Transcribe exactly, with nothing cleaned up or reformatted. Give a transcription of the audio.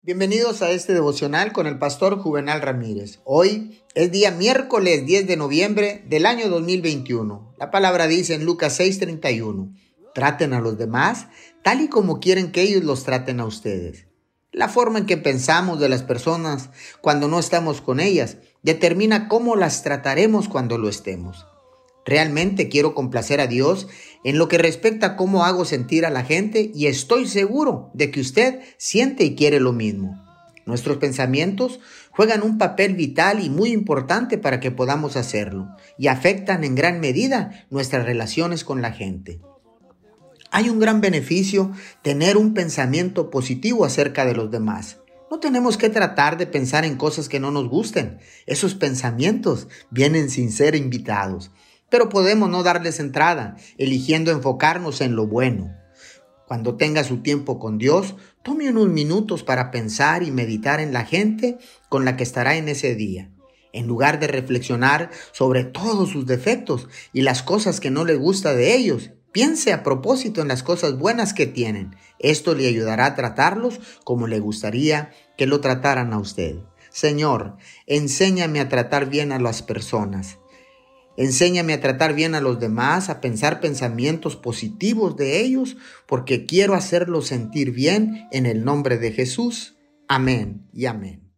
Bienvenidos a este devocional con el pastor Juvenal Ramírez. Hoy es día miércoles diez de noviembre del año dos mil veintiuno. La palabra dice en Lucas seis treinta y uno, traten a los demás tal y como quieren que ellos los traten a ustedes. La forma en que pensamos de las personas cuando no estamos con ellas determina cómo las trataremos cuando lo estemos. Realmente quiero complacer a Dios en lo que respecta a cómo hago sentir a la gente y estoy seguro de que usted siente y quiere lo mismo. Nuestros pensamientos juegan un papel vital y muy importante para que podamos hacerlo y afectan en gran medida nuestras relaciones con la gente. Hay un gran beneficio tener un pensamiento positivo acerca de los demás. No tenemos que tratar de pensar en cosas que no nos gusten. Esos pensamientos vienen sin ser invitados. Pero podemos no darles entrada, eligiendo enfocarnos en lo bueno. Cuando tenga su tiempo con Dios, tome unos minutos para pensar y meditar en la gente con la que estará en ese día. En lugar de reflexionar sobre todos sus defectos y las cosas que no le gusta de ellos, piense a propósito en las cosas buenas que tienen. Esto le ayudará a tratarlos como le gustaría que lo trataran a usted. Señor, enséñame a tratar bien a las personas. Enséñame a tratar bien a los demás, a pensar pensamientos positivos de ellos, porque quiero hacerlos sentir bien en el nombre de Jesús. Amén y amén.